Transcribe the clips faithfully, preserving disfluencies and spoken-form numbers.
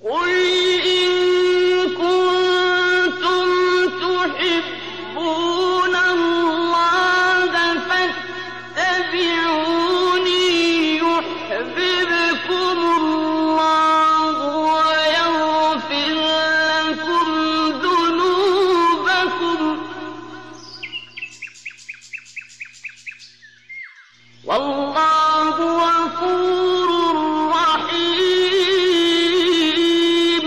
قُلْ إِن كُنتُمْ تُحِبُّونَ اللَّهَ فَاتَّبِعُونِي يُحْبِبْكُمُ اللَّهُ وَيَغْفِرْ لَكُمْ ذُنُوبَكُمْ وَاللَّهُ غَفُورٌ رَّحِيمٌ.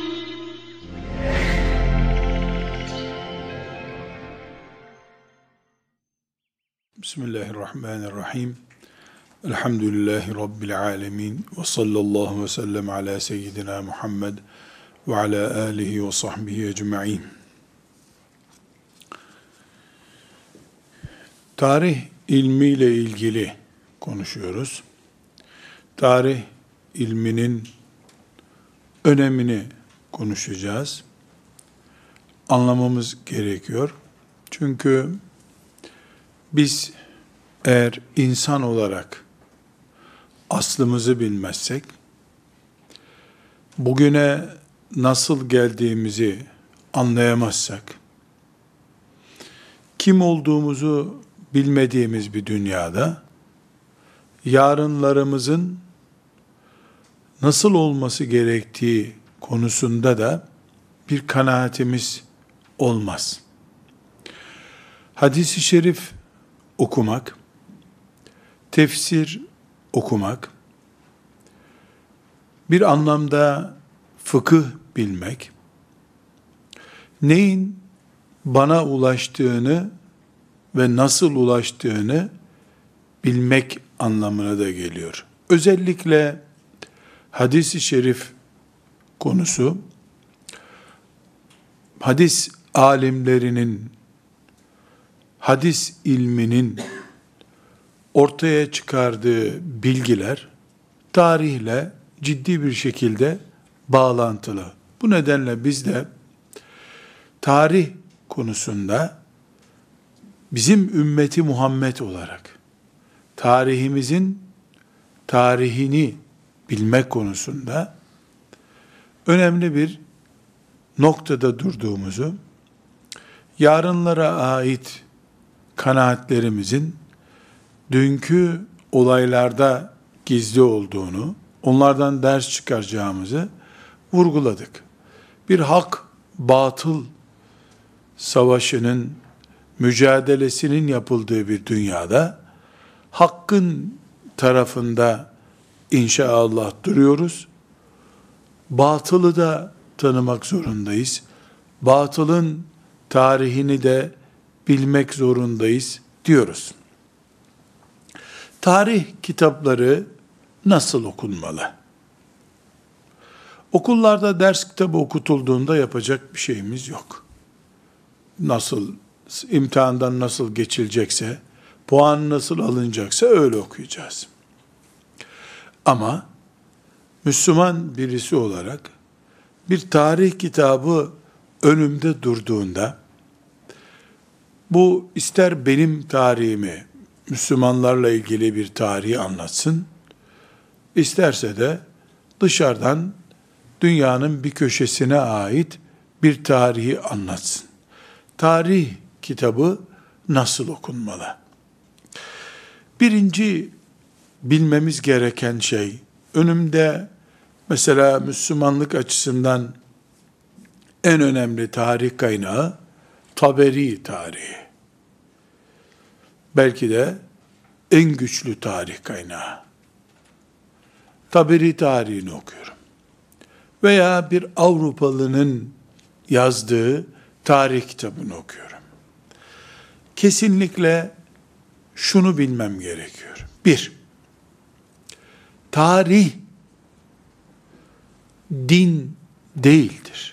Bismillahirrahmanirrahim. Elhamdülillahi Rabbil alemin. Ve sallallahu ve sellem ala seyyidina Muhammed ve ala alihi ve sahbihi ecma'in. Tarih ilmiyle ilgili konuşuyoruz. Tarih ilminin önemini konuşacağız. Anlamamız gerekiyor. Çünkü biz eğer insan olarak aslımızı bilmezsek, bugüne nasıl geldiğimizi anlayamazsak, kim olduğumuzu bilmediğimiz bir dünyada, yarınlarımızın nasıl olması gerektiği konusunda da bir kanaatimiz olmaz. Hadis-i şerif okumak, tefsir okumak, bir anlamda fıkıh bilmek, neyin bana ulaştığını ve nasıl ulaştığını bilmek anlamına da geliyor. Özellikle hadis-i şerif konusu, hadis alimlerinin, hadis ilminin ortaya çıkardığı bilgiler, tarihle ciddi bir şekilde bağlantılı. Bu nedenle biz de tarih konusunda bizim ümmeti Muhammed olarak tarihimizin tarihini bilmek konusunda önemli bir noktada durduğumuzu, yarınlara ait kanaatlerimizin dünkü olaylarda gizli olduğunu, onlardan ders çıkaracağımızı vurguladık. Bir hak batıl savaşının, mücadelesinin yapıldığı bir dünyada hakkın tarafında inşallah duruyoruz. Batılı da tanımak zorundayız. Batılın tarihini de bilmek zorundayız diyoruz. Tarih kitapları nasıl okunmalı? Okullarda ders kitabı okutulduğunda yapacak bir şeyimiz yok. Nasıl, imtihandan nasıl geçilecekse, puan nasıl alınacaksa öyle okuyacağız. Ama Müslüman birisi olarak bir tarih kitabı önümde durduğunda, bu ister benim tarihimi, Müslümanlarla ilgili bir tarihi anlatsın, isterse de dışarıdan dünyanın bir köşesine ait bir tarihi anlatsın. Tarih kitabı nasıl okunmalı? Birinci bilmemiz gereken şey, önümde mesela Müslümanlık açısından en önemli tarih kaynağı Taberi tarihi. Belki de en güçlü tarih kaynağı. Taberi tarihini okuyorum. Veya bir Avrupalının yazdığı tarih kitabını okuyorum. Kesinlikle şunu bilmem gerekiyor. Bir, tarih din değildir.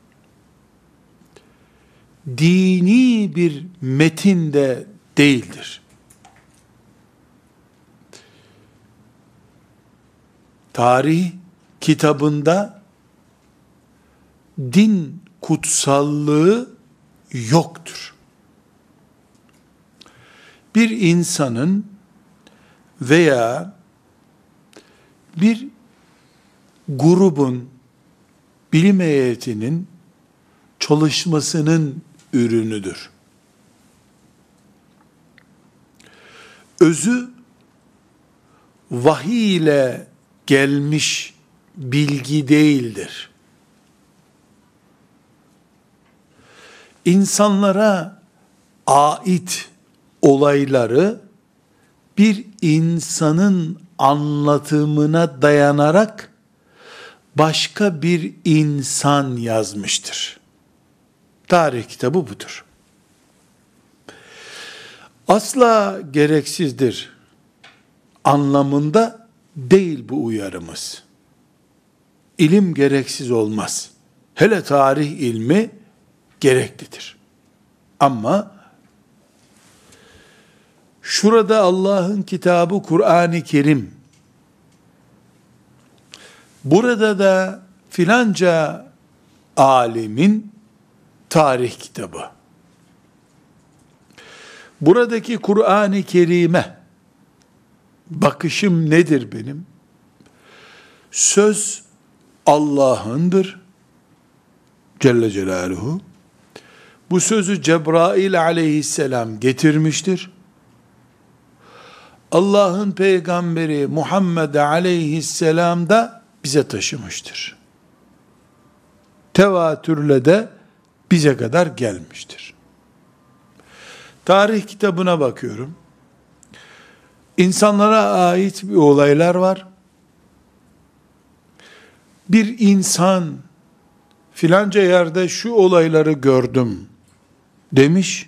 Dini bir metin de değildir. Tarih kitabında din kutsallığı yoktur. Bir insanın veya bir grubun bilim heyetinin çalışmasının ürünüdür. Özü vahiy ile gelmiş bilgi değildir. İnsanlara ait olayları bir insanın anlatımına dayanarak başka bir insan yazmıştır. Tarih kitabı budur. Asla gereksizdir anlamında değil bu uyarımız. İlim gereksiz olmaz. Hele tarih ilmi gereklidir. Ama şurada Allah'ın kitabı Kur'an-ı Kerim, burada da filanca alimin tarih kitabı. Buradaki Kur'an-ı Kerim'e bakışım nedir benim? Söz Allah'ındır Celle Celaluhu. Bu sözü Cebrail aleyhisselam getirmiştir. Allah'ın peygamberi Muhammed aleyhisselam da bize taşımıştır. Tevatürle de bize kadar gelmiştir. Tarih kitabına bakıyorum. İnsanlara ait bir olaylar var. Bir insan filanca yerde şu olayları gördüm demiş.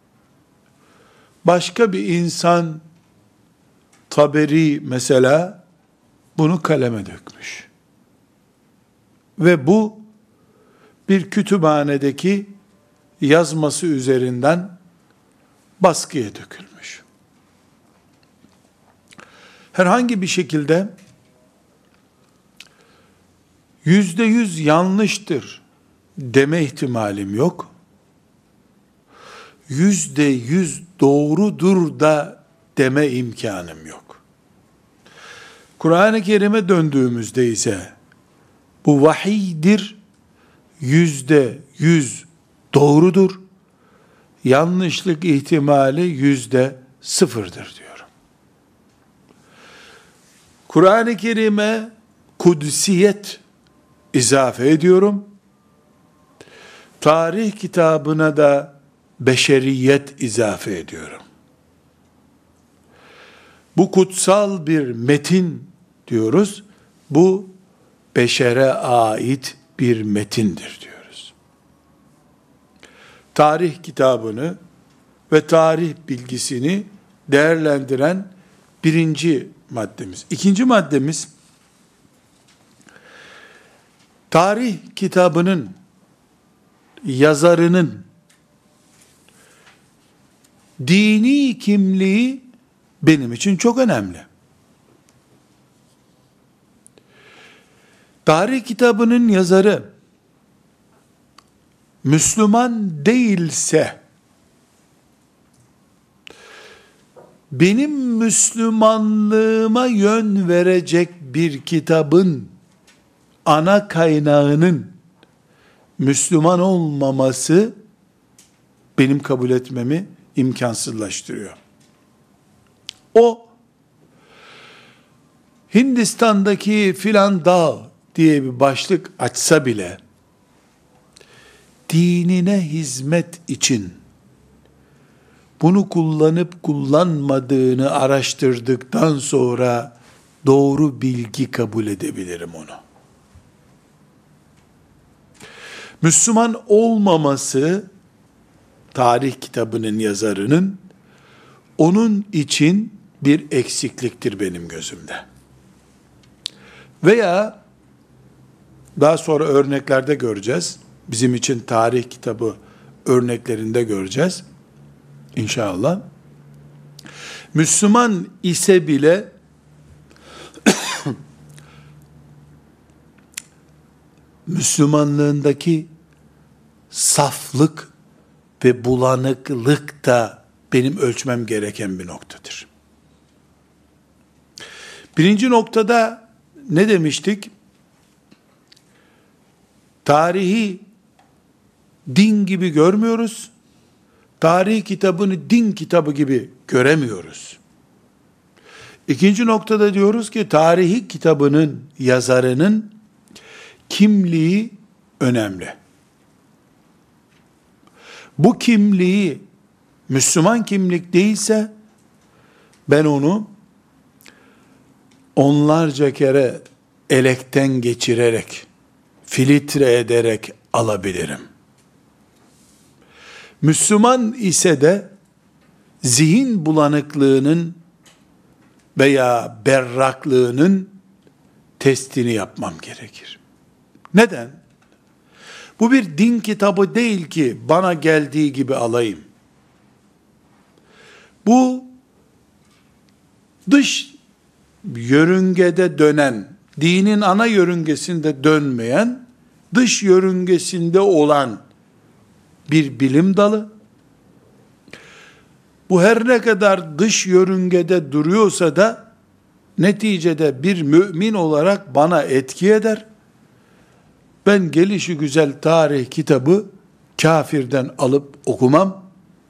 Başka bir insan, Taberi mesela, bunu kaleme dökmüş. Ve bu bir kütüphanedeki yazması üzerinden baskıya dökülmüş. Herhangi bir şekilde yüzde yüz yanlıştır deme ihtimalim yok. Yüzde yüz doğrudur da deme imkanım yok. Kur'an-ı Kerim'e döndüğümüzde ise bu vahiydir, yüzde yüz doğrudur, yanlışlık ihtimali yüzde sıfırdır diyorum. Kur'an-ı Kerim'e kudsiyet izafe ediyorum. Tarih kitabına da beşeriyet izafe ediyorum. Bu kutsal bir metin diyoruz. Bu beşere ait bir metindir diyoruz. Tarih kitabını ve tarih bilgisini değerlendiren birinci maddemiz. İkinci maddemiz, tarih kitabının yazarının dini kimliği benim için çok önemli. Tarih kitabının yazarı Müslüman değilse, benim Müslümanlığıma yön verecek bir kitabın ana kaynağının Müslüman olmaması benim kabul etmemi imkansızlaştırıyor. O Hindistan'daki filan dağ diye bir başlık açsa bile dinine hizmet için bunu kullanıp kullanmadığını araştırdıktan sonra doğru bilgi kabul edebilirim onu. Müslüman olmaması, tarih kitabının yazarının, onun için bir eksikliktir benim gözümde. Veya daha sonra örneklerde göreceğiz. Bizim için tarih kitabı örneklerinde göreceğiz. İnşallah. Müslüman ise bile Müslümanlığındaki saflık ve bulanıklık da benim ölçmem gereken bir noktadır. Birinci noktada ne demiştik? tarihi din gibi görmüyoruz. Tarih kitabını din kitabı gibi göremiyoruz. İkinci noktada diyoruz ki tarihi kitabının yazarının kimliği önemli. Bu kimliği Müslüman kimlik değilse ben onu onlarca kere elekten geçirerek, filtre ederek alabilirim. Müslüman ise de zihin bulanıklığının veya berraklığının testini yapmam gerekir. Neden? Bu bir din kitabı değil ki bana geldiği gibi alayım. Bu dış yörüngede dönen, dinin ana yörüngesinde dönmeyen, dış yörüngesinde olan bir bilim dalı. Bu her ne kadar dış yörüngede duruyorsa da neticede bir mümin olarak bana etki eder. Ben gelişi güzel tarih kitabı kafirden alıp okumam.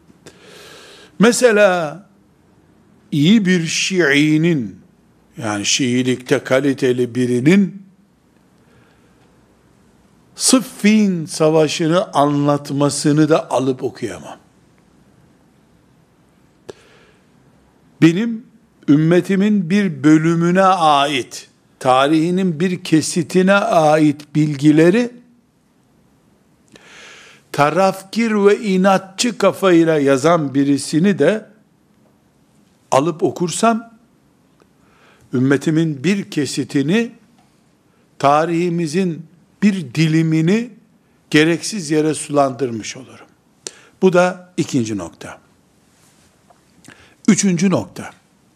Mesela iyi bir Şii'nin, yani Şiilikte kaliteli birinin Sıffin Savaşı'nı anlatmasını da alıp okuyamam. Benim ümmetimin bir bölümüne ait, tarihinin bir kesitine ait bilgileri tarafkir ve inatçı kafayla yazan birisini de alıp okursam, ümmetimin bir kesitini, tarihimizin bir dilimini gereksiz yere sulandırmış olurum. Bu da ikinci nokta. Üçüncü nokta.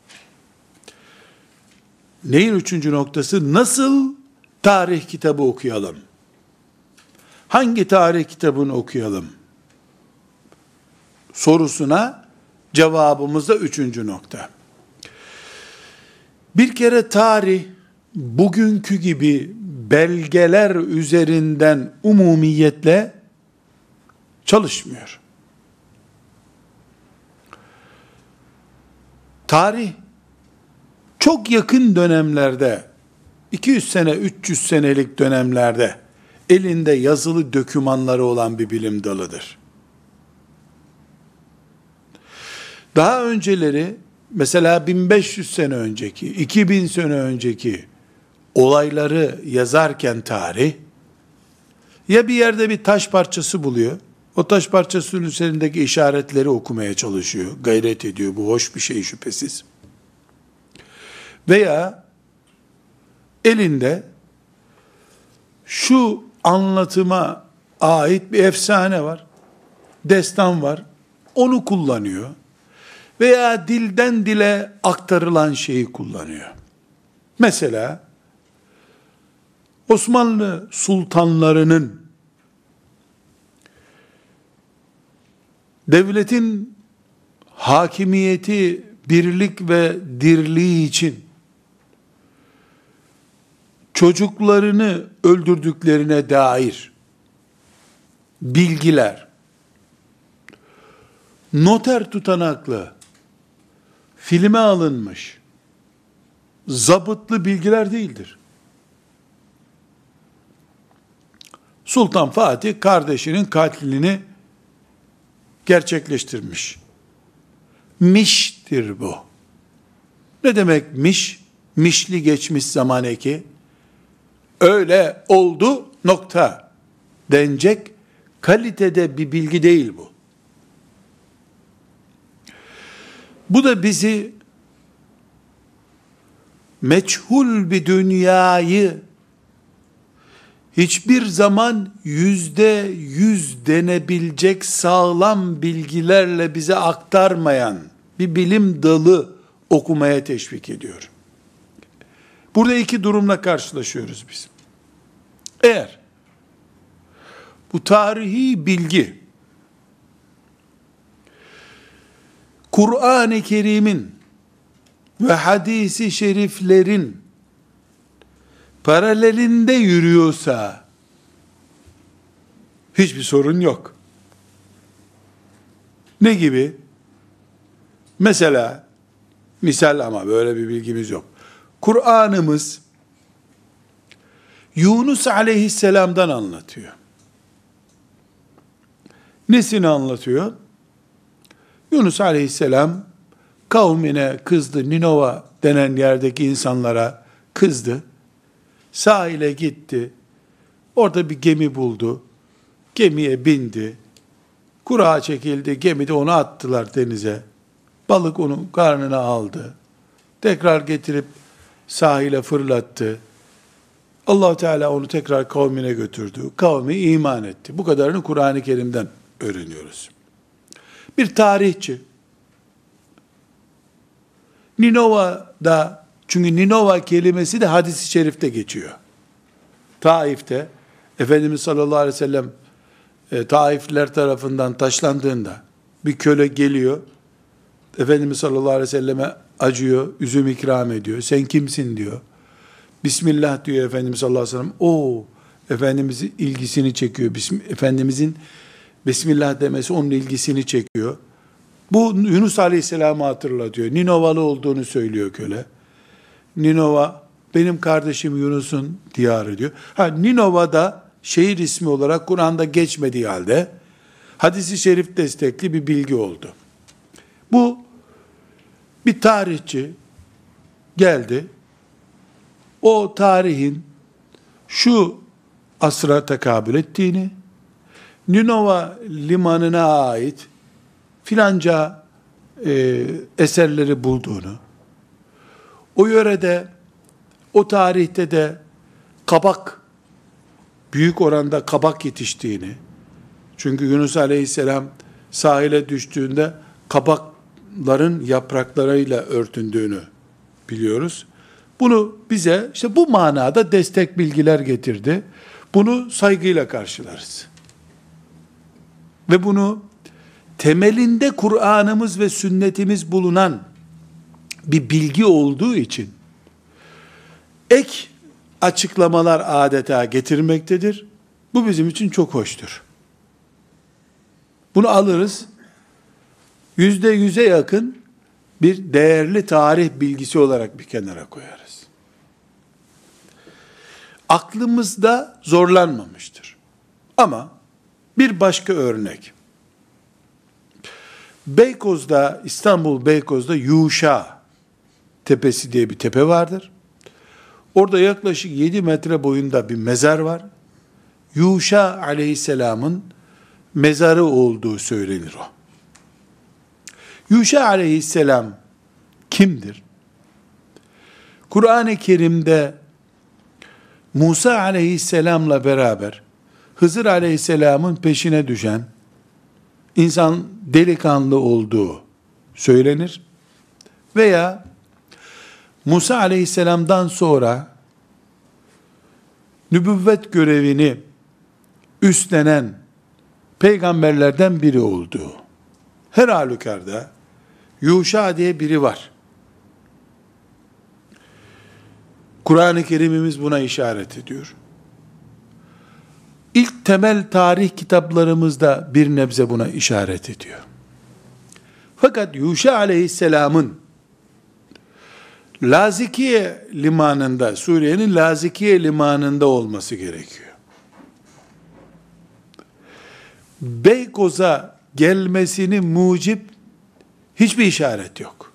Neyin üçüncü noktası? Nasıl tarih kitabı okuyalım? Hangi tarih kitabını okuyalım? Sorusuna cevabımız da üçüncü nokta. Bir kere tarih, bugünkü gibi belgeler üzerinden umumiyetle çalışmıyor. Tarih, çok yakın dönemlerde, iki yüz sene, üç yüz senelik dönemlerde, elinde yazılı dokümanları olan bir bilim dalıdır. Daha önceleri, mesela bin beş yüz sene önceki, iki bin sene önceki olayları yazarken tarih, ya bir yerde bir taş parçası buluyor, o taş parçasının üzerindeki işaretleri okumaya çalışıyor, gayret ediyor, bu hoş bir şey şüphesiz. Veya elinde şu anlatıma ait bir efsane var, destan var, onu kullanıyor. Veya dilden dile aktarılan şeyi kullanıyor. Mesela Osmanlı sultanlarının devletin hakimiyeti, birlik ve dirliği için çocuklarını öldürdüklerine dair bilgiler noter tutanaklı, filme alınmış, zabıtlı bilgiler değildir. Sultan Fatih kardeşinin katlini gerçekleştirmiş. Miştir bu. Ne demek miş? Mişli geçmiş zaman eki. Öyle oldu nokta denecek kalitede bir bilgi değil bu. Bu da bizi meçhul bir dünyayı hiçbir zaman yüzde yüz denebilecek sağlam bilgilerle bize aktarmayan bir bilim dalı okumaya teşvik ediyor. Burada iki durumla karşılaşıyoruz biz. Eğer bu tarihi bilgi Kur'an-ı Kerim'in ve hadisi şeriflerin paralelinde yürüyorsa, Hiçbir sorun yok. Ne gibi? Mesela, misal ama böyle bir bilgimiz yok. Kur'an'ımız Yunus aleyhisselam'dan anlatıyor. Nesini anlatıyor? Yunus aleyhisselam kavmine kızdı. Ninova denen yerdeki insanlara kızdı. Sahile gitti. Orada bir gemi buldu. Gemiye bindi. Kura çekildi. Gemide onu attılar denize. Balık onun karnına aldı. Tekrar getirip sahile fırlattı. Allah Teala onu tekrar kavmine götürdü. Kavmi iman etti. Bu kadarını Kur'an-ı Kerim'den öğreniyoruz. Bir tarihçi Ninova'da, çünkü Ninova kelimesi de hadis-i şerifte geçiyor. Taif'te Efendimiz sallallahu aleyhi ve sellem e, Taifliler tarafından taşlandığında bir köle geliyor. Efendimiz sallallahu aleyhi ve selleme acıyor, üzüm ikram ediyor. Sen kimsin diyor. Bismillah diyor Efendimiz sallallahu aleyhi ve sellem. O Efendimizin ilgisini çekiyor. Efendimizin Bismillah demesi onun ilgisini çekiyor. Bu Yunus aleyhisselam'ı hatırlatıyor. Ninovalı olduğunu söylüyor köle. Ninova benim kardeşim Yunus'un diyarı diyor. Ha, Ninova'da şehir ismi olarak Kur'an'da geçmediği halde hadis-i şerif destekli bir bilgi oldu. Bu bir tarihçi geldi. O tarihin şu asra tekabül ettiğini, Ninova limanına ait filanca e, eserleri bulduğunu, o yörede, o tarihte de kabak, büyük oranda kabak yetiştiğini, çünkü Yunus aleyhisselam sahile düştüğünde kabakların yapraklarıyla örtündüğünü biliyoruz. Bunu bize işte bu manada destek bilgiler getirdi. Bunu saygıyla karşılarız. Ve bunu temelinde Kur'an'ımız ve sünnetimiz bulunan bir bilgi olduğu için ek açıklamalar adeta getirmektedir. Bu bizim için çok hoştur. Bunu alırız, yüzde yüze yakın bir değerli tarih bilgisi olarak bir kenara koyarız. Aklımızda zorlanmamıştır. Ama bir başka örnek. Beykoz'da, İstanbul Beykoz'da Yuşa Tepesi diye bir tepe vardır. Orada yaklaşık yedi metre boyunda bir mezar var. Yuşa aleyhisselamın mezarı olduğu söylenir o. Yuşa aleyhisselam kimdir? Kur'an-ı Kerim'de Musa aleyhisselamla beraber Hızır aleyhisselamın peşine düşen insan delikanlı olduğu söylenir. Veya Musa aleyhisselamdan sonra nübüvvet görevini üstlenen peygamberlerden biri olduğu. Her halükarda Yuşa diye biri var. Kur'an-ı Kerim'imiz buna işaret ediyor. İlk temel tarih kitaplarımızda bir nebze buna işaret ediyor. Fakat Yuşa aleyhisselamın Lazikiye limanında, Suriye'nin Lazikiye limanında olması gerekiyor. Beykoz'a gelmesini mucip hiçbir işaret yok.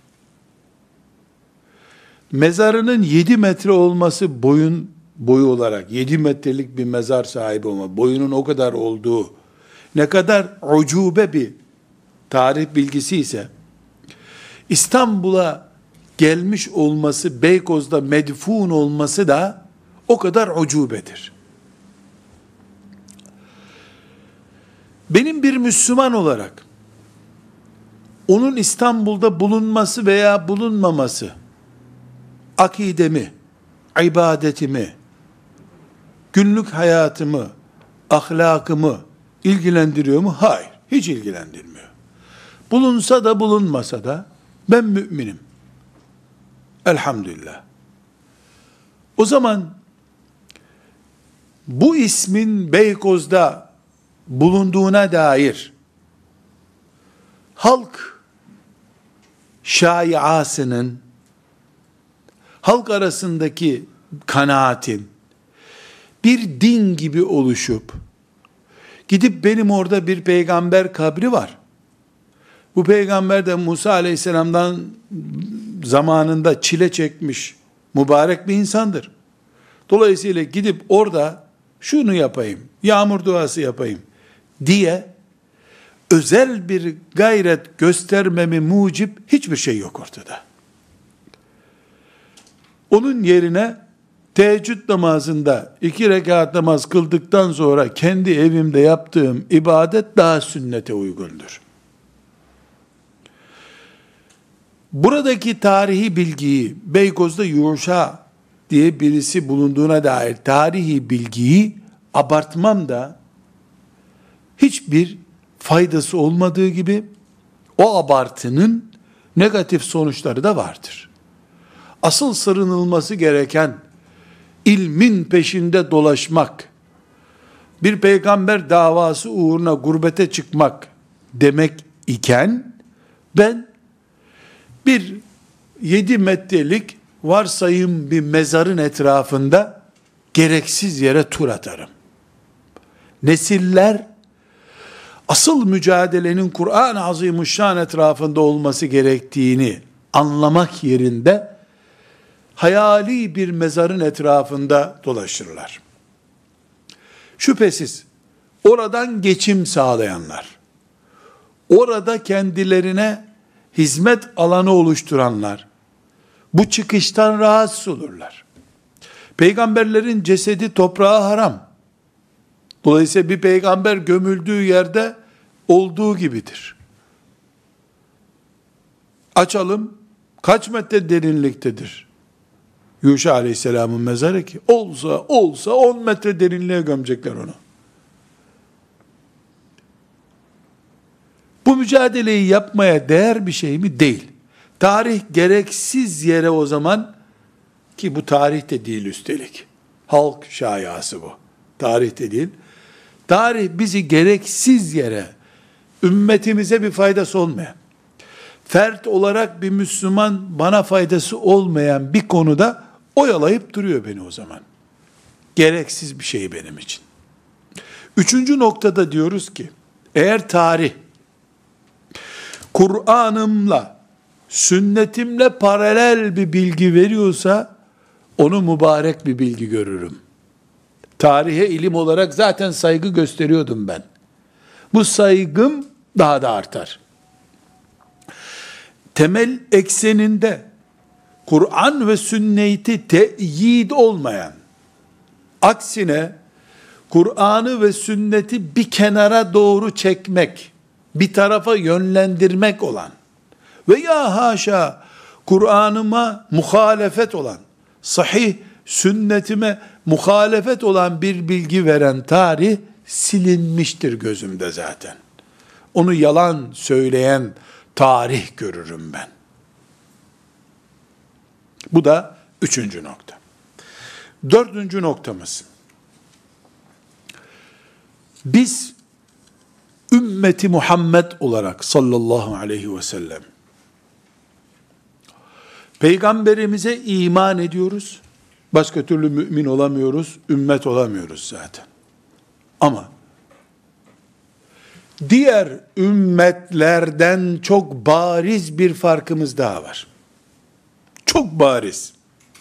Mezarının yedi metre olması, boyun boyu olarak yedi metrelik bir mezar sahibi olma, boyunun o kadar olduğu ne kadar ucube bir tarih bilgisi ise, İstanbul'a gelmiş olması, Beykoz'da medfun olması da o kadar ucubedir. Benim bir Müslüman olarak onun İstanbul'da bulunması veya bulunmaması akidemi, ibadetimi, günlük hayatımı, ahlakımı ilgilendiriyor mu? Hayır, hiç ilgilendirmiyor. Bulunsa da bulunmasa da ben müminim. Elhamdülillah. O zaman bu ismin Beykoz'da bulunduğuna dair halk şaiasının, halk arasındaki kanaatin bir din gibi oluşup, gidip benim orada bir peygamber kabri var, bu peygamber de Musa aleyhisselamdan zamanında çile çekmiş mübarek bir insandır, dolayısıyla gidip orada şunu yapayım, yağmur duası yapayım diye özel bir gayret göstermemi mucip hiçbir şey yok ortada. Onun yerine teheccüd namazında iki rekat namaz kıldıktan sonra kendi evimde yaptığım ibadet daha sünnete uygundur. Buradaki tarihi bilgiyi, Beykoz'da Yuşa diye birisi bulunduğuna dair tarihi bilgiyi abartmam da hiçbir faydası olmadığı gibi o abartının negatif sonuçları da vardır. Asıl sırınılması gereken ilmin peşinde dolaşmak, bir peygamber davası uğruna gurbete çıkmak demek iken, ben bir yedi metrelik varsayım bir mezarın etrafında gereksiz yere tur atarım. Nesiller asıl mücadelenin Kur'an-ı Azimuşşan etrafında olması gerektiğini anlamak yerinde hayali bir mezarın etrafında dolaşırlar. Şüphesiz oradan geçim sağlayanlar, orada kendilerine hizmet alanı oluşturanlar bu çıkıştan rahatsız olurlar. Peygamberlerin cesedi toprağa haram. Dolayısıyla bir peygamber gömüldüğü yerde olduğu gibidir. Açalım, kaç metre derinliktedir Yuşa Aleyhisselam'ın mezarı ki? Olsa olsa on metre derinliğe gömecekler onu. Bu mücadeleyi yapmaya değer bir şey mi? Değil. Tarih gereksiz yere o zaman, ki bu tarih de değil üstelik, halk şaiası bu, tarih de değil, tarih bizi gereksiz yere, ümmetimize bir faydası olmayan, fert olarak bir Müslüman bana faydası olmayan bir konuda oyalayıp duruyor beni o zaman. Gereksiz bir şey benim için. Üçüncü noktada diyoruz ki, eğer tarih, Kur'an'ımla, sünnetimle paralel bir bilgi veriyorsa, onu mübarek bir bilgi görürüm. Tarihe ilim olarak zaten saygı gösteriyordum ben. Bu saygım daha da artar. Temel ekseninde Kur'an ve sünneti teyit olmayan, aksine Kur'an'ı ve sünneti bir kenara doğru çekmek, bir tarafa yönlendirmek olan veya haşa Kur'an'ıma muhalefet olan, sahih sünnetime muhalefet olan bir bilgi veren tarih silinmiştir gözümde zaten. Onu yalan söyleyen tarih görürüm ben. Bu da üçüncü nokta. Dördüncü noktamız. Biz ümmeti Muhammed olarak sallallahu aleyhi ve sellem Peygamberimize iman ediyoruz. Başka türlü mümin olamıyoruz, ümmet olamıyoruz zaten. Ama diğer ümmetlerden çok bariz bir farkımız daha var. Çok bariz.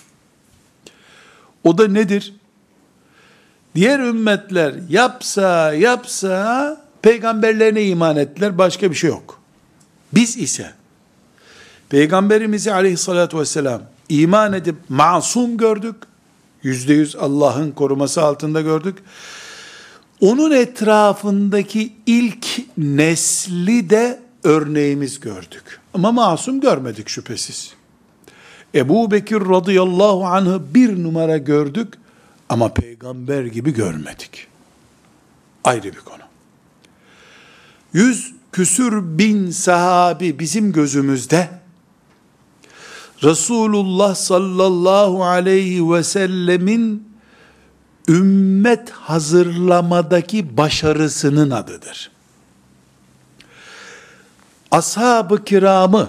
O da nedir? Diğer ümmetler yapsa yapsa peygamberlerine iman ettiler, başka bir şey yok. Biz ise Peygamberimizi aleyhissalatü vesselam iman edip masum gördük. Yüzde yüz Allah'ın koruması altında gördük. Onun etrafındaki ilk nesli de örneğimiz gördük. Ama masum görmedik şüphesiz. Ebu Bekir radıyallahu anh'ı bir numara gördük ama peygamber gibi görmedik. Ayrı bir konu. Yüz küsür bin sahabi bizim gözümüzde Resulullah sallallahu aleyhi ve sellemin ümmet hazırlamadaki başarısının adıdır. Ashab-ı kiramı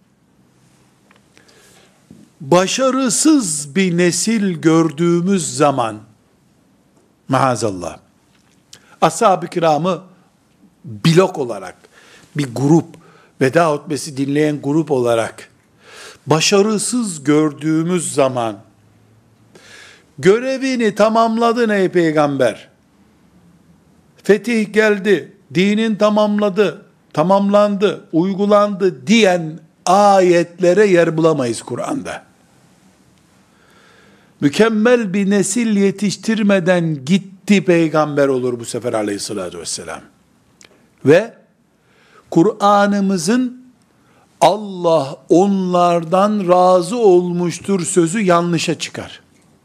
başarısız bir nesil gördüğümüz zaman, maazallah, ashab-ı kiramı blok olarak, bir grup, veda hutbesi dinleyen grup olarak başarısız gördüğümüz zaman, görevini tamamladın ey peygamber, fetih geldi, dinin tamamladı, tamamlandı, uygulandı diyen ayetlere yer bulamayız Kur'an'da. Mükemmel bir nesil yetiştirmeden gitti peygamber olur bu sefer aleyhissalatü vesselam. Ve Kur'an'ımızın Allah onlardan razı olmuştur sözü yanlışa çıkar.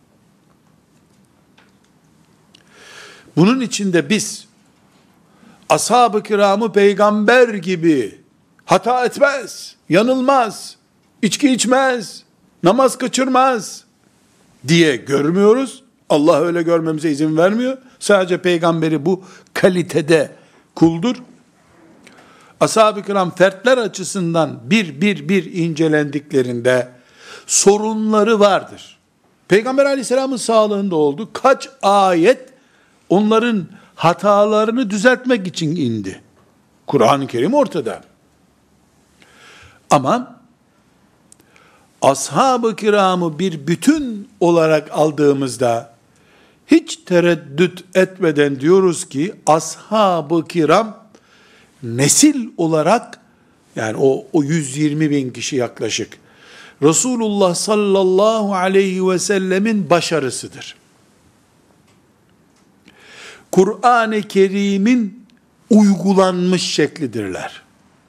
Bunun için de biz ashab-ı kiramı peygamber gibi hata etmez, yanılmaz, içki içmez, namaz kaçırmaz diye görmüyoruz. Allah öyle görmemize izin vermiyor. Sadece peygamberi bu kalitede kuldur. Ashab-ı kiram fertler açısından bir bir bir incelendiklerinde sorunları vardır. Peygamber aleyhisselamın sağlığında oldu. Kaç ayet onların hatalarını düzeltmek için indi. Kur'an-ı Kerim ortada. Ama ashab-ı kiramı bir bütün olarak aldığımızda hiç tereddüt etmeden diyoruz ki ashab-ı kiram nesil olarak, yani o, o yüz yirmi bin kişi yaklaşık, Resulullah sallallahu aleyhi ve sellemin başarısıdır. Kur'an-ı Kerim'in uygulanmış şeklidirler.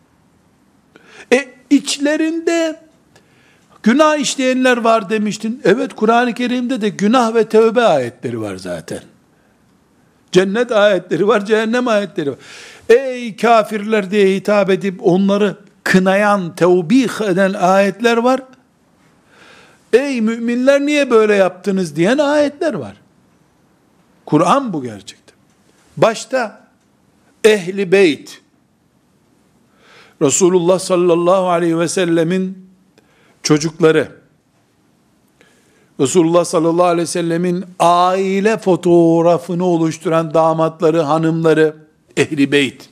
E içlerinde günah işleyenler var demiştin. Evet, Kur'an-ı Kerim'de de günah ve tövbe ayetleri var zaten. Cennet ayetleri var, cehennem ayetleri var. Ey kafirler diye hitap edip onları kınayan, tevbih eden ayetler var. Ey müminler niye böyle yaptınız diyen ayetler var. Kur'an bu gerçekten. Başta ehli beyt, Resulullah sallallahu aleyhi ve sellemin çocukları, Resulullah sallallahu aleyhi ve sellemin aile fotoğrafını oluşturan damatları, hanımları, ehli beyt.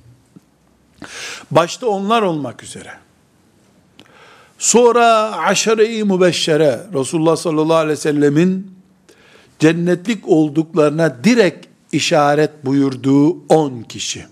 Başta onlar olmak üzere. Sonra aşere-i mübeşşere, Resulullah sallallahu aleyhi ve sellemin cennetlik olduklarına direkt işaret buyurduğu on kişi.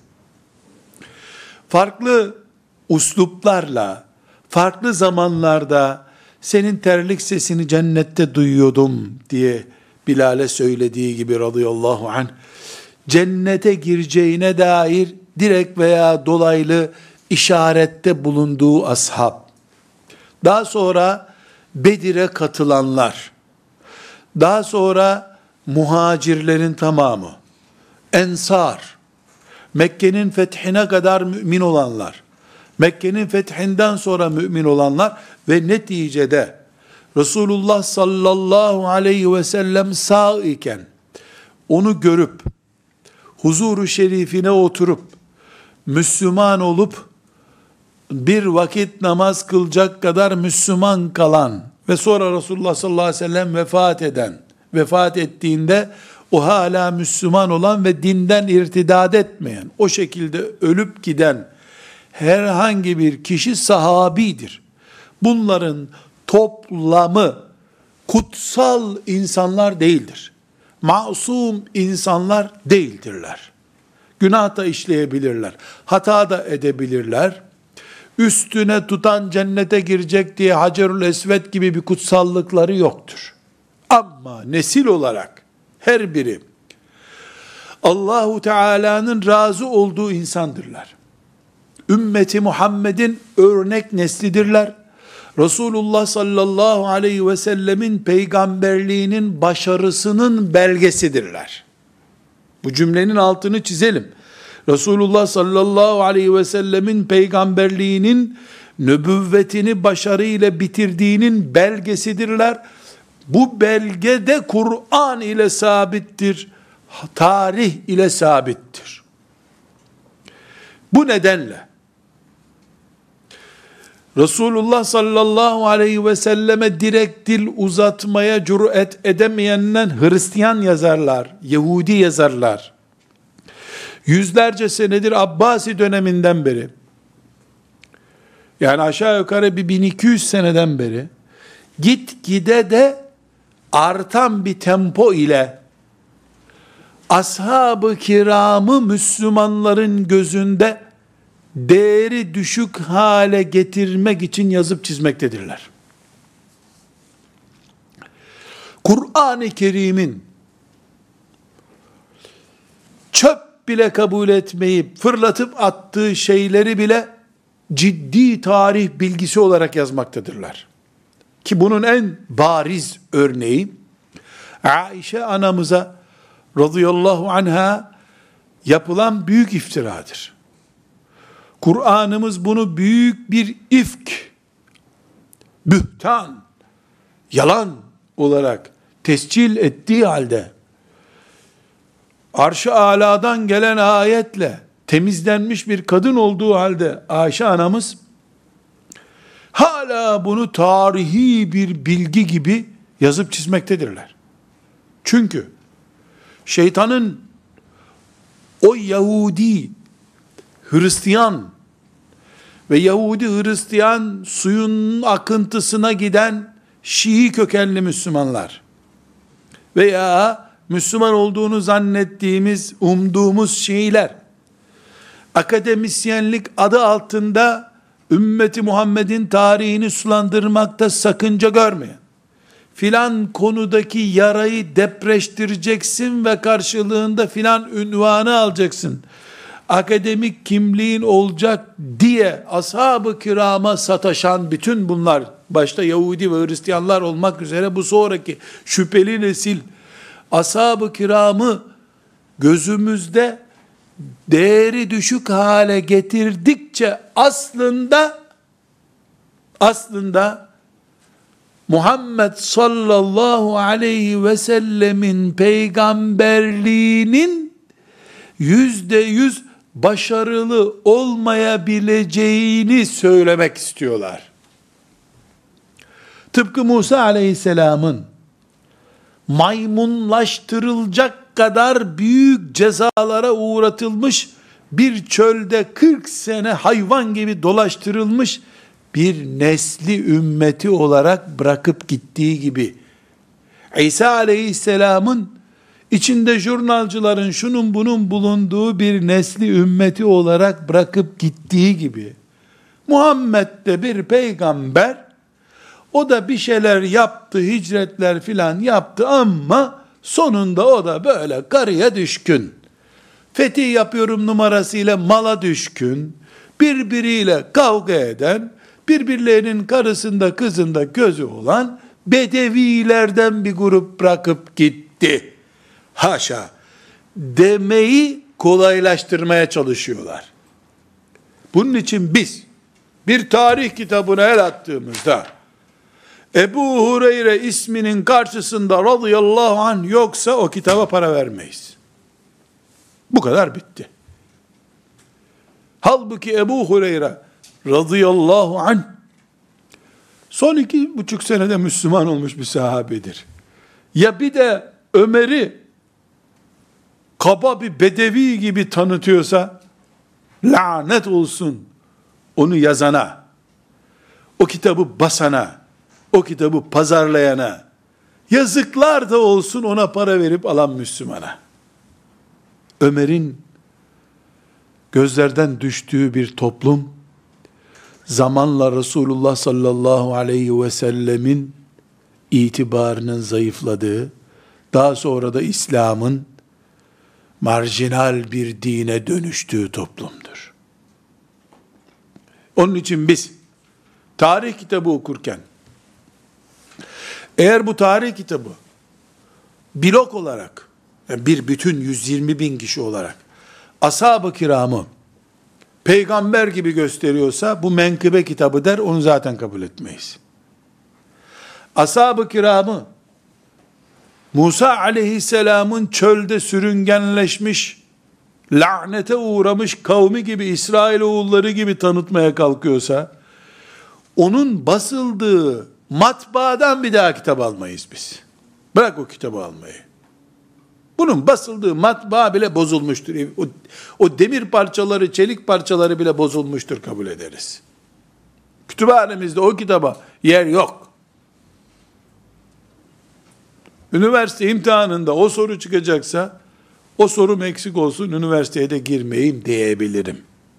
Farklı usluplarla, farklı zamanlarda senin terlik sesini cennette duyuyordum diye Bilal'e söylediği gibi radıyallahu anh, cennete gireceğine dair direkt veya dolaylı işarette bulunduğu ashab. Daha sonra Bedir'e katılanlar, daha sonra muhacirlerin tamamı, ensar, Mekke'nin fethine kadar mümin olanlar, Mekke'nin fethinden sonra mümin olanlar ve neticede Resulullah sallallahu aleyhi ve sellem sağ iken onu görüp huzuru şerifine oturup Müslüman olup bir vakit namaz kılacak kadar Müslüman kalan ve sonra Resulullah sallallahu aleyhi ve sellem vefat eden, vefat ettiğinde o hala Müslüman olan ve dinden irtidat etmeyen, o şekilde ölüp giden herhangi bir kişi sahabidir. Bunların toplamı kutsal insanlar değildir. Masum insanlar değildirler. Günah da işleyebilirler. Hata da edebilirler. Üstüne tutan cennete girecek diye Hacerül Esved gibi bir kutsallıkları yoktur. Ama nesil olarak her biri Allahu Teala'nın razı olduğu insandırlar. Ümmeti Muhammed'in örnek neslidirler. Resulullah sallallahu aleyhi ve sellemin peygamberliğinin başarısının belgesidirler. Bu cümlenin altını çizelim. Resulullah sallallahu aleyhi ve sellemin peygamberliğinin nübüvvetini başarıyla bitirdiğinin belgesidirler. Bu belge de Kur'an ile sabittir, tarih ile sabittir. Bu nedenle Resulullah sallallahu aleyhi ve selleme direkt dil uzatmaya cüret edemeyenler Hristiyan yazarlar, Yahudi yazarlar, yüzlerce senedir Abbasi döneminden beri, yani aşağı yukarı bir bin iki yüz seneden beri, gitgide de artan bir tempo ile ashab-ı kiramı Müslümanların gözünde değeri düşük hale getirmek için yazıp çizmektedirler. Kur'an-ı Kerim'in çöp bile kabul etmeyip fırlatıp attığı şeyleri bile ciddi tarih bilgisi olarak yazmaktadırlar. Ki bunun en bariz örneği Aişe anamıza radıyallahu anha yapılan büyük iftiradır. Kur'an'ımız bunu büyük bir ifk, bühtan, yalan olarak tescil ettiği halde, arş-ı aladan gelen ayetle temizlenmiş bir kadın olduğu halde Ayşe anamız, hala bunu tarihi bir bilgi gibi yazıp çizmektedirler. Çünkü şeytanın o Yahudi, Hristiyan ve Yahudi Hristiyan suyun akıntısına giden Şii kökenli Müslümanlar veya Müslüman olduğunu zannettiğimiz, umduğumuz Şiiler, akademisyenlik adı altında ümmeti Muhammed'in tarihini sulandırmakta sakınca görmeyen, filan konudaki yarayı depreştireceksin ve karşılığında filan ünvanı alacaksın, akademik kimliğin olacak diye ashab-ı kirama sataşan bütün bunlar, başta Yahudi ve Hristiyanlar olmak üzere bu sonraki şüpheli nesil, ashab-ı kiramı gözümüzde değeri düşük hale getirdikçe aslında aslında Muhammed sallallahu aleyhi ve sellemin peygamberliğinin yüzde yüz başarılı olmayabileceğini söylemek istiyorlar. Tıpkı Musa aleyhisselamın maymunlaştırılacak kadar büyük cezalara uğratılmış, bir çölde kırk sene hayvan gibi dolaştırılmış bir nesli ümmeti olarak bırakıp gittiği gibi, İsa aleyhisselamın içinde jurnalcıların şunun bunun bulunduğu bir nesli ümmeti olarak bırakıp gittiği gibi, Muhammed de bir peygamber, o da bir şeyler yaptı, hicretler filan yaptı ama sonunda o da böyle karıya düşkün, fetih yapıyorum numarasıyla mala düşkün, birbiriyle kavga eden, birbirlerinin karısında kızında gözü olan bedevilerden bir grup bırakıp gitti. Haşa demeyi kolaylaştırmaya çalışıyorlar. Bunun için biz bir tarih kitabına el attığımızda Ebu Hureyre isminin karşısında radıyallahu anh yoksa o kitaba para vermeyiz. Bu kadar bitti. Halbuki Ebu Hureyre radıyallahu anh son iki buçuk senede Müslüman olmuş bir sahabedir. Ya bir de Ömer'i kaba bir bedevi gibi tanıtıyorsa, lanet olsun onu yazana, o kitabı basana, o kitabı pazarlayana, yazıklar da olsun ona para verip alan Müslümana. Ömer'in gözlerden düştüğü bir toplum, zamanla Resulullah sallallahu aleyhi ve sellemin itibarının zayıfladığı, daha sonra da İslam'ın marjinal bir dine dönüştüğü toplumdur. Onun için biz tarih kitabı okurken, eğer bu tarih kitabı blok olarak, yani bir bütün yüz yirmi bin kişi olarak ashab-ı kiramı peygamber gibi gösteriyorsa bu menkıbe kitabı der, onu zaten kabul etmeyiz. Ashab-ı kiramı Musa aleyhisselamın çölde sürüngenleşmiş, lanete uğramış kavmi gibi, İsrailoğulları gibi tanıtmaya kalkıyorsa, onun basıldığı matbaadan bir daha kitap almayız biz. Bırak o kitabı almayı. Bunun basıldığı matbaa bile bozulmuştur. O, o demir parçaları, çelik parçaları bile bozulmuştur kabul ederiz. Kütüphanemizde o kitaba yer yok. Üniversite imtihanında o soru çıkacaksa, o sorum eksik olsun, üniversiteye de girmeyeyim diyebilirim.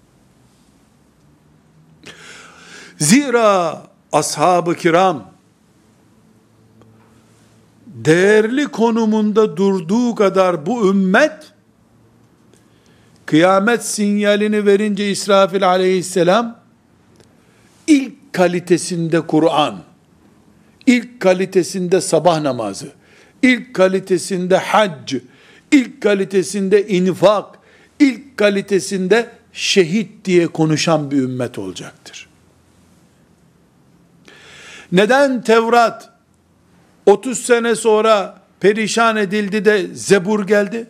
Zira ashab-ı kiram, değerli konumunda durduğu kadar bu ümmet, kıyamet sinyalini verince İsrafil aleyhisselam, ilk kalitesinde Kur'an, ilk kalitesinde sabah namazı, ilk kalitesinde hac, ilk kalitesinde infak, ilk kalitesinde şehit diye konuşan bir ümmet olacaktır. Neden Tevrat otuz sene sonra perişan edildi de Zebur geldi?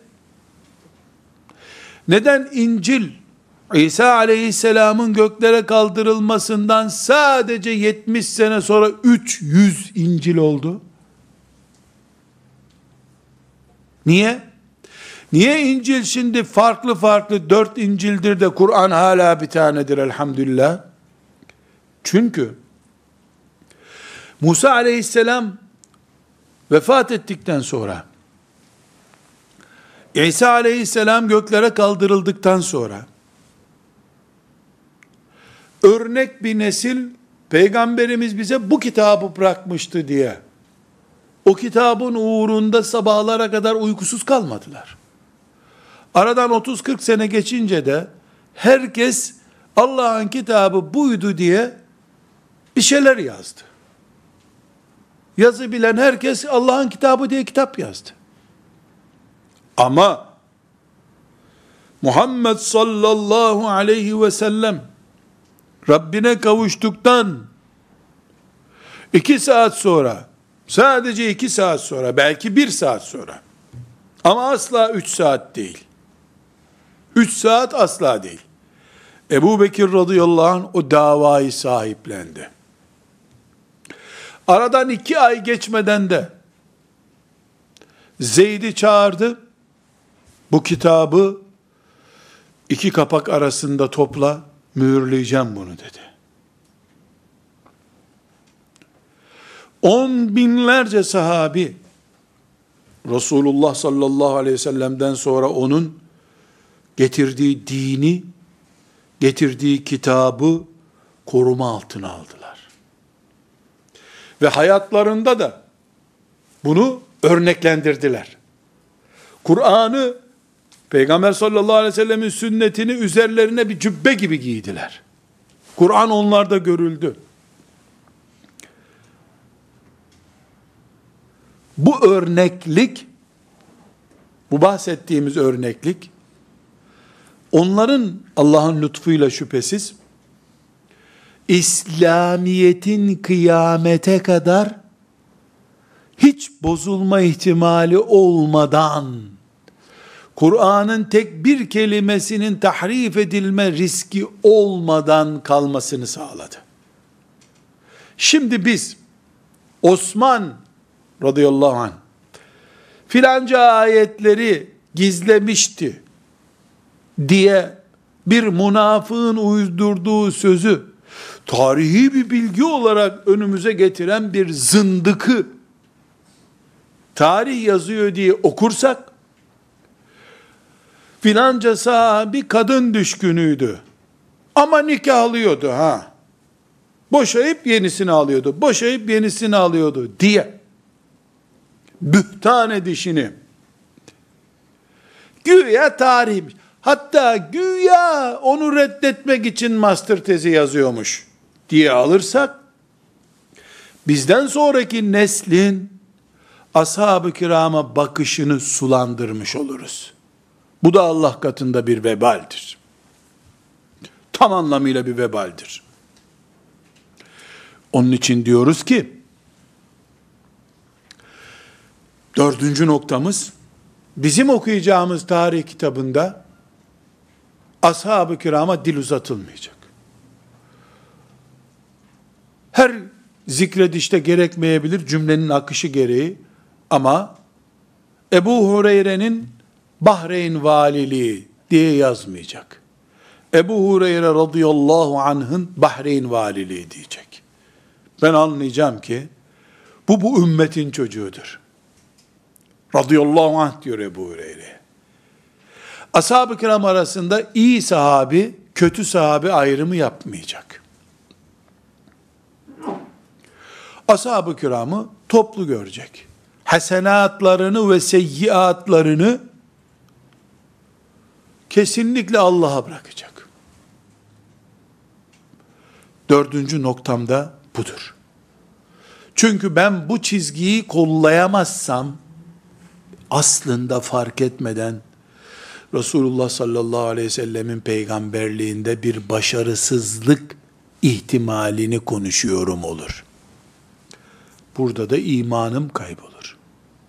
Neden İncil İsa aleyhisselamın göklere kaldırılmasından sadece yetmiş sene sonra üç yüz İncil oldu? Niye? Niye İncil şimdi farklı farklı dört İncil'dir de Kur'an hala bir tanedir elhamdülillah? Çünkü Musa aleyhisselam vefat ettikten sonra, İsa aleyhisselam göklere kaldırıldıktan sonra, örnek bir nesil, Peygamberimiz bize bu kitabı bırakmıştı diye, o kitabın uğrunda sabahlara kadar uykusuz kalmadılar. Aradan otuz kırk sene geçince de, herkes Allah'ın kitabı buydu diye bir şeyler yazdı. Yazı bilen herkes Allah'ın kitabı diye kitap yazdı. Ama Muhammed sallallahu aleyhi ve sellem Rabbine kavuştuktan iki saat sonra, sadece iki saat sonra, belki bir saat sonra, ama asla üç saat değil. Üç saat asla değil. Ebu Bekir radıyallahu anh o davayı sahiplendi. Aradan iki ay geçmeden de Zeyd'i çağırdı. Bu kitabı iki kapak arasında topla, mühürleyeceğim bunu dedi. On binlerce sahabi Resulullah sallallahu aleyhi ve sellem'den sonra onun getirdiği dini, getirdiği kitabı koruma altına aldılar. Ve hayatlarında da bunu örneklendirdiler. Kur'an'ı, Peygamber sallallahu aleyhi ve sellemin sünnetini üzerlerine bir cübbe gibi giydiler. Kur'an onlarda görüldü. Bu örneklik, bu bahsettiğimiz örneklik, onların Allah'ın lütfuyla şüphesiz, İslamiyet'in kıyamete kadar hiç bozulma ihtimali olmadan, Kur'an'ın tek bir kelimesinin tahrif edilme riski olmadan kalmasını sağladı. Şimdi biz, Osman radıyallahu anh, filanca ayetleri gizlemişti diye bir münafığın uydurduğu sözü tarihi bir bilgi olarak önümüze getiren bir zındıkı tarih yazıyor diye okursak, filanca sahabi kadın düşkünüydü ama nikahlıyordu ha, boşayıp yenisini alıyordu, boşayıp yenisini alıyordu diye bühtan edişini, güya tarihmiş, hatta güya onu reddetmek için master tezi yazıyormuş diye alırsak, bizden sonraki neslin ashab-ı kirama bakışını sulandırmış oluruz. Bu da Allah katında bir vebaldir. Tam anlamıyla bir vebaldir. Onun için diyoruz ki, Dördüncü noktamız, bizim okuyacağımız tarih kitabında ashab-ı kirama dil uzatılmayacak. Her zikredişte gerekmeyebilir cümlenin akışı gereği, ama Ebu Hureyre'nin Bahreyn valiliği diye yazmayacak. Ebu Hureyre radıyallahu anh'ın Bahreyn valiliği diyecek. Ben anlayacağım ki bu bu ümmetin çocuğudur. Radıyallahu anh diyor Ebu Hureyre. Ashab-ı kiram arasında iyi sahabi, kötü sahabi ayrımı yapmayacak. Ashab-ı kiramı toplu görecek. Hasenatlarını ve seyyiatlarını kesinlikle Allah'a bırakacak. Dördüncü noktam da budur. Çünkü ben bu çizgiyi kollayamazsam, aslında fark etmeden Resulullah sallallahu aleyhi ve sellemin peygamberliğinde bir başarısızlık ihtimalini konuşuyorum olur. Burada da imanım kaybolur.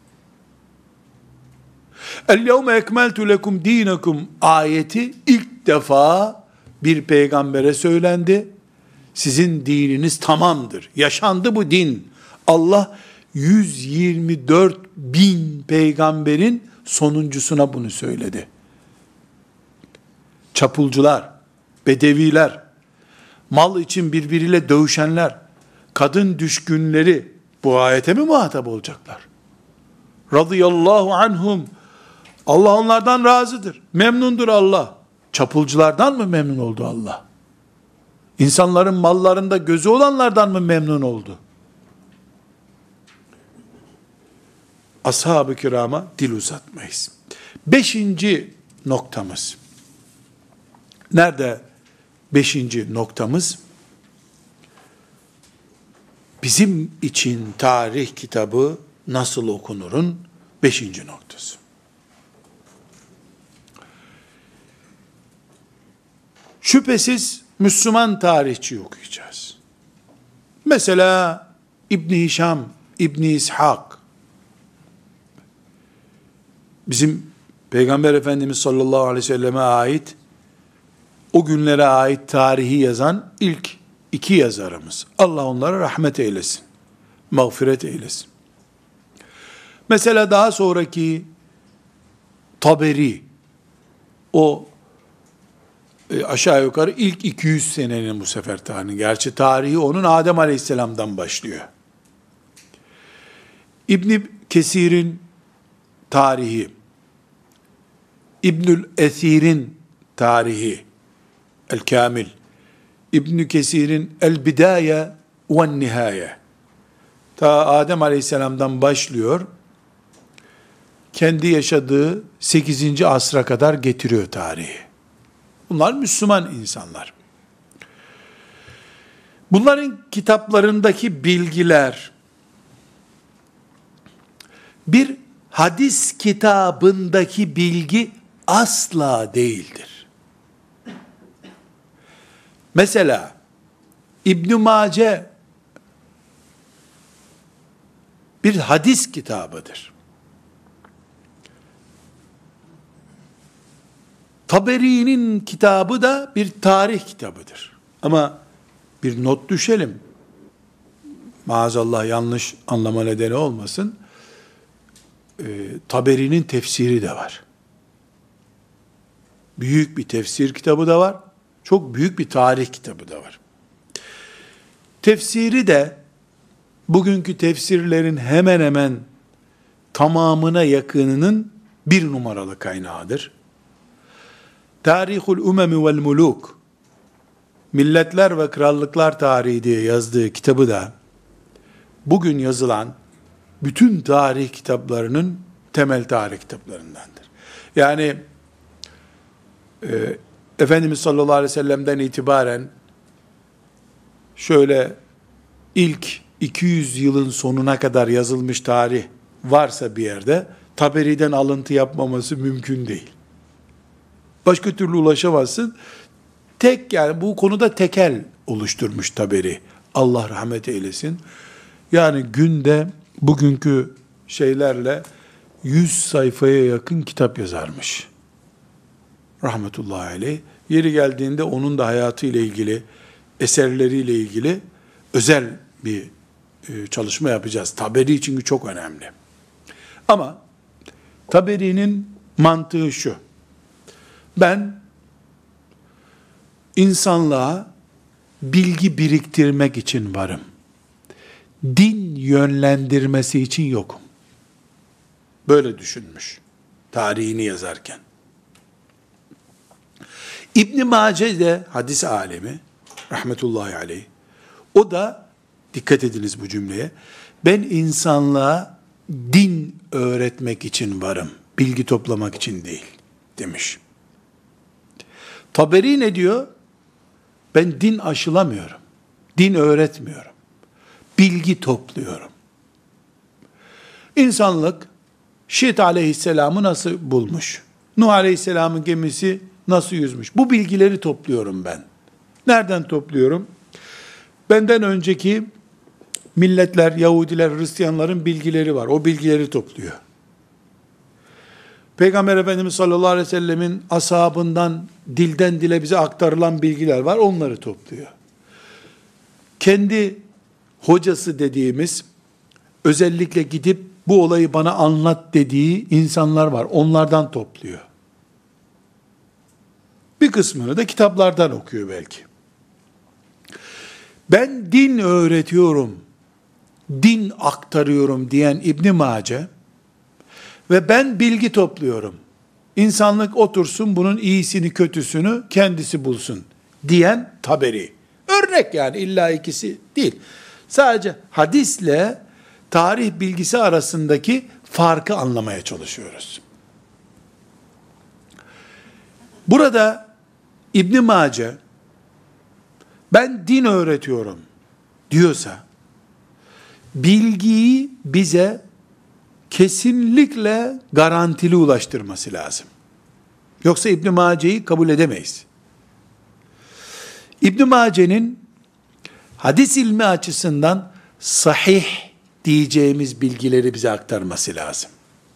El-yevme ekmeltu lekum dinakum ayeti ilk defa bir peygambere söylendi. Sizin dininiz tamamdır. Yaşandı bu din. Allah yüz yirmi dört bin peygamberin sonuncusuna bunu söyledi. Çapulcular, bedeviler, mal için birbiriyle dövüşenler, kadın düşkünleri bu ayete mi muhatap olacaklar? Radıyallahu anhum. Allah onlardan razıdır. Memnundur Allah. Çapulculardan mı memnun oldu Allah? İnsanların mallarında gözü olanlardan mı memnun oldu? Ashab-ı kirama dil uzatmayız. Beşinci noktamız. Nerede beşinci noktamız? Bizim için tarih kitabı nasıl okunurun beşinci noktası. Şüphesiz Müslüman tarihçi okuyacağız. Mesela İbn Hişam, İbn İshak, bizim Peygamber Efendimiz sallallahu aleyhi ve selleme ait, o günlere ait tarihi yazan ilk iki yazarımız. Allah onlara rahmet eylesin, mağfiret eylesin. Mesela daha sonraki Taberi, o e, aşağı yukarı ilk iki yüz senenin bu sefer tarihi. Gerçi tarihi onun Adem Aleyhisselam'dan başlıyor. İbn Kesir'in tarihi, İbnül Esir'in tarihi, El-Kamil, İbn Kesir'in El-Bidaye ve Nihaye, ta Adem Aleyhisselam'dan başlıyor, kendi yaşadığı sekizinci asra kadar getiriyor tarihi. Bunlar Müslüman insanlar. Bunların kitaplarındaki bilgiler, bir hadis kitabındaki bilgi asla değildir. Mesela İbn-i Mace bir hadis kitabıdır. Taberi'nin kitabı da bir tarih kitabıdır. Ama bir not düşelim. Maazallah yanlış anlama nedeni olmasın. E, Taberi'nin tefsiri de var. Büyük bir tefsir kitabı da var. Çok büyük bir tarih kitabı da var. Tefsiri de bugünkü tefsirlerin hemen hemen tamamına yakınının bir numaralı kaynağıdır. Tarihul Umemi vel Muluk, Milletler ve Krallıklar Tarihi diye yazdığı kitabı da bugün yazılan bütün tarih kitaplarının temel tarih kitaplarındandır. Yani e, Efendimiz sallallahu aleyhi ve sellem'den itibaren şöyle ilk iki yüz yılın sonuna kadar yazılmış tarih varsa bir yerde, Taberi'den alıntı yapmaması mümkün değil. Başka türlü ulaşamazsın. Tek, yani bu konuda tekel oluşturmuş Taberi. Allah rahmet eylesin. Yani günde bugünkü şeylerle yüz sayfaya yakın kitap yazarmış. Rahmetullahi aleyh. Yeri geldiğinde onun da hayatı ile ilgili, eserleriyle ilgili özel bir e, çalışma yapacağız. Taberi çünkü çok önemli. Ama Taberi'nin mantığı şu: ben insanlığa bilgi biriktirmek için varım. Din yönlendirmesi için yokum. Böyle düşünmüş tarihini yazarken. İbn Mace de hadis alemi rahmetullahi aleyh. O da, dikkat ediniz bu cümleye, ben insanlığa din öğretmek için varım, bilgi toplamak için değil demiş. Taberi ne diyor? Ben din aşılamıyorum, din öğretmiyorum, bilgi topluyorum. İnsanlık Şit aleyhisselamı nasıl bulmuş? Nuh aleyhisselamın gemisi nasıl yüzmüş? Bu bilgileri topluyorum ben. Nereden topluyorum? Benden önceki milletler, Yahudiler, Hristiyanların bilgileri var. O bilgileri topluyor. Peygamber Efendimiz sallallahu aleyhi ve sellemin ashabından dilden dile bize aktarılan bilgiler var. Onları topluyor. Kendi hocası dediğimiz, özellikle gidip bu olayı bana anlat dediği insanlar var. Onlardan topluyor. Bir kısmını da kitaplardan okuyor belki. Ben din öğretiyorum, din aktarıyorum diyen İbn Mace ve ben bilgi topluyorum, İnsanlık otursun bunun iyisini kötüsünü kendisi bulsun diyen Taberi. Örnek yani, illa ikisi değil. Sadece hadisle tarih bilgisi arasındaki farkı anlamaya çalışıyoruz. Burada İbn Mace ben din öğretiyorum diyorsa, bilgiyi bize kesinlikle garantili ulaştırması lazım. Yoksa İbn Mace'yi kabul edemeyiz. İbn Mace'nin hadis ilmi açısından sahih diyeceğimiz bilgileri bize aktarması lazım.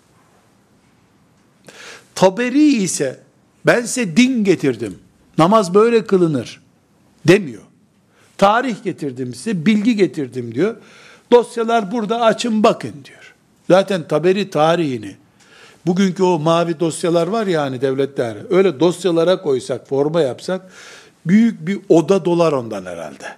Taberi ise ben size din getirdim, namaz böyle kılınır demiyor. Tarih getirdim size, bilgi getirdim diyor. Dosyalar burada, açın bakın diyor. Zaten Taberi tarihini, bugünkü o mavi dosyalar var ya hani devletler, öyle dosyalara koysak, forma yapsak, büyük bir oda dolar ondan herhalde.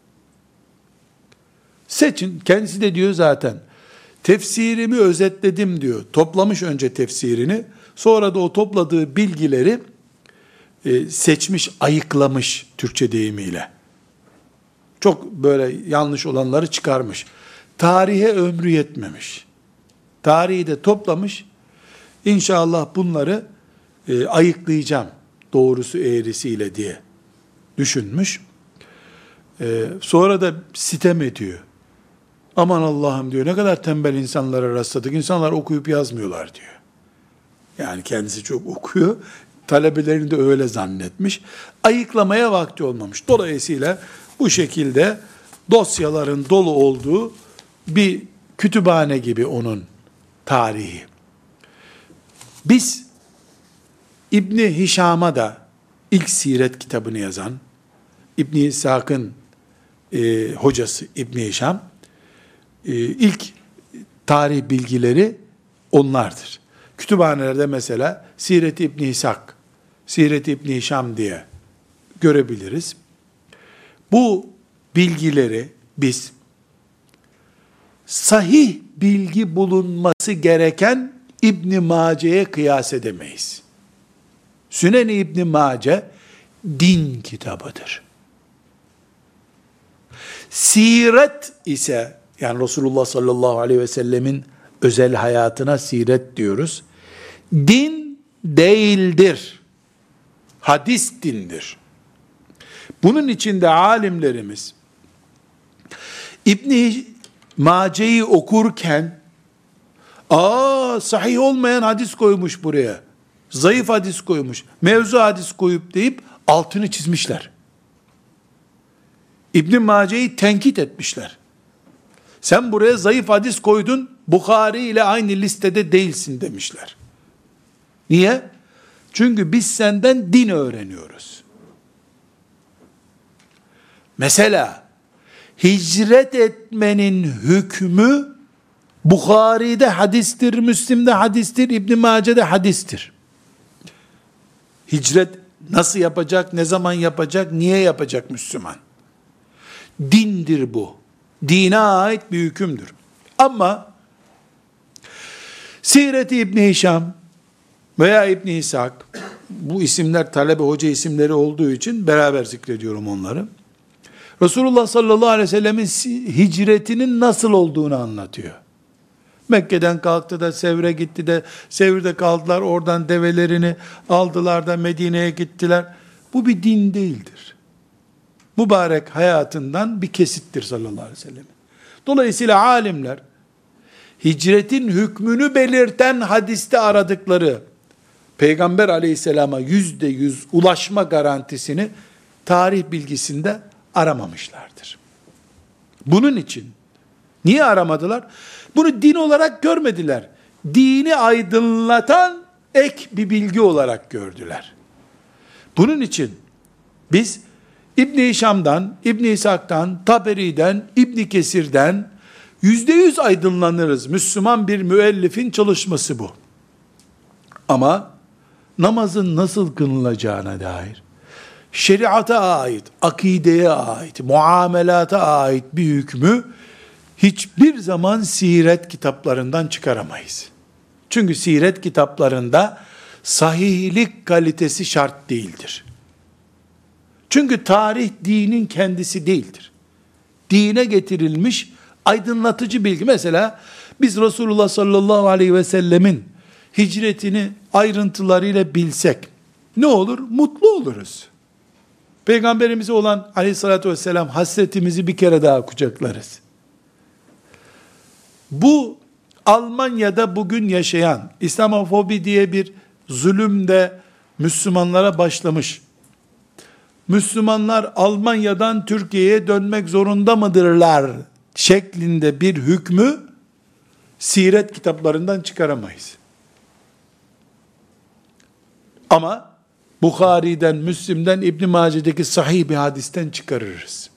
Seçin, kendisi de diyor zaten, tefsirimi özetledim diyor. Toplamış önce tefsirini, sonra da o topladığı bilgileri e, seçmiş, ayıklamış Türkçe deyimiyle. Çok böyle yanlış olanları çıkarmış. Tarihe ömrü yetmemiş. Tarihi de toplamış. İnşallah bunları e, ayıklayacağım doğrusu eğrisiyle diye düşünmüş. E, sonra da sitem ediyor. Aman Allah'ım diyor, ne kadar tembel insanlara rastladık. İnsanlar okuyup yazmıyorlar diyor. Yani kendisi çok okuyor. Talebelerini de öyle zannetmiş. Ayıklamaya vakti olmamış. Dolayısıyla bu şekilde dosyaların dolu olduğu bir kütüphane gibi onun tarihi. Biz İbni Hişam'a da ilk siret kitabını yazan, İbni İshak'ın e, hocası İbni Hişam, e, ilk tarih bilgileri onlardır. Kütüphanelerde mesela Siret-i İbni İshak, Siret-i İbni Hişam diye görebiliriz. Bu bilgileri biz sahih bilgi bulunması gereken İbn Mace'ye kıyas edemeyiz. Sünen-i İbn Mace din kitabıdır. Siret ise, yani Resulullah sallallahu aleyhi ve sellemin özel hayatına siret diyoruz, din değildir. Hadis dindir. Bunun için de alimlerimiz İbn Mace'yi okurken, aa sahih olmayan hadis koymuş buraya, zayıf hadis koymuş, mevzu hadis koyup deyip altını çizmişler. İbn Mace'yi tenkit etmişler. Sen buraya zayıf hadis koydun, Bukhari ile aynı listede değilsin demişler. Niye? Çünkü biz senden din öğreniyoruz. Mesela hicret etmenin hükmü Bukhari'de hadistir, Müslim'de hadistir, İbn Mace'de hadistir. Hicret nasıl yapacak, ne zaman yapacak, niye yapacak Müslüman? Dindir bu. Dine ait bir hükümdür. Ama Siret-i İbn Hişam veya İbn İshak, bu isimler talebe hoca isimleri olduğu için beraber zikrediyorum onları. Resulullah sallallahu aleyhi ve sellemin hicretinin nasıl olduğunu anlatıyor. Mekke'den kalktı da Sevr'e gitti de Sevr'de kaldılar, oradan develerini aldılar da Medine'ye gittiler. Bu bir din değildir. Mübarek hayatından bir kesittir sallallahu aleyhi ve sellem. Dolayısıyla alimler hicretin hükmünü belirten hadiste aradıkları Peygamber aleyhisselama yüzde yüz ulaşma garantisini tarih bilgisinde aramamışlardır. Bunun için niye aramadılar? Bunu din olarak görmediler. Dini aydınlatan ek bir bilgi olarak gördüler. Bunun için biz İbn-i Hişam'dan, İbn-i İshak'tan, Taberi'den, İbn Kesir'den yüzde yüz aydınlanırız. Müslüman bir müellifin çalışması bu. Ama namazın nasıl kılınacağına dair, şeriata ait, akideye ait, muamelata ait bir hükmü hiçbir zaman siret kitaplarından çıkaramayız. Çünkü siret kitaplarında sahihlik kalitesi şart değildir. Çünkü tarih dinin kendisi değildir. Dine getirilmiş aydınlatıcı bilgi. Mesela biz Resulullah sallallahu aleyhi ve sellemin hicretini ayrıntılarıyla bilsek ne olur? Mutlu oluruz. Peygamberimize olan aleyhissalatü vesselam hasretimizi bir kere daha kucaklarız. Bu Almanya'da bugün yaşayan İslamofobi diye bir zulüm de Müslümanlara başlamış. Müslümanlar Almanya'dan Türkiye'ye dönmek zorunda mıdırlar şeklinde bir hükmü siret kitaplarından çıkaramayız. Ama Bukhari'den, Müslim'den, İbn Mace'deki sahih bir hadisten çıkarırız.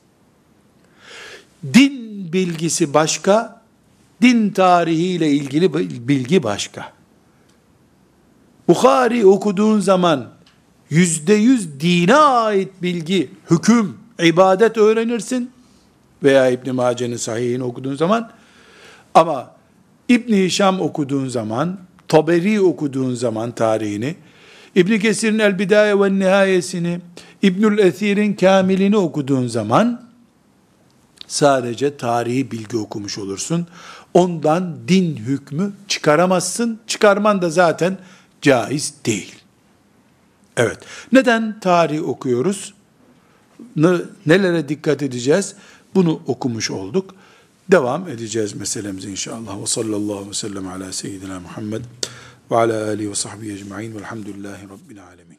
Din bilgisi başka, din tarihiyle ilgili bilgi başka. Bukhari okuduğun zaman yüzde yüz dine ait bilgi, hüküm, ibadet öğrenirsin veya İbn Mace'nin sahihini okuduğun zaman. Ama İbn Hişam okuduğun zaman, Taberi okuduğun zaman tarihini, İbn Kesir'in El Bidaye ve Nihayesini, İbnül Esir'in Kamilini okuduğun zaman sadece tarihi bilgi okumuş olursun. Ondan din hükmü çıkaramazsın. Çıkarman da zaten caiz değil. Evet. Neden tarih okuyoruz? Nelere dikkat edeceğiz? Bunu okumuş olduk. Devam edeceğiz meselemize inşallah. Ve sallallahu aleyhi ve sellem ala seyyidina Muhammed ve ala alihi ve sahbihi ecma'in velhamdülillahi rabbil alemin.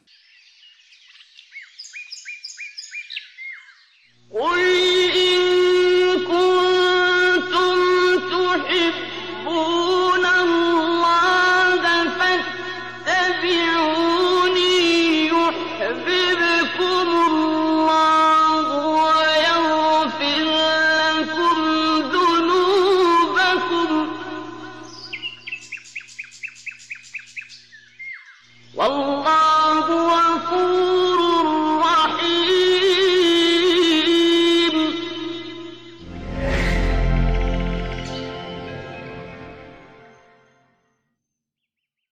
قُلْ إِن كُنتُمْ تُحِبُّونَ اللَّهَ فَاتَّبِعُونِي يُحْبِبْكُمُ اللَّهُ وَيَغْفِرْ لَكُمْ ذُنُوبَكُمْ وَاللَّهُ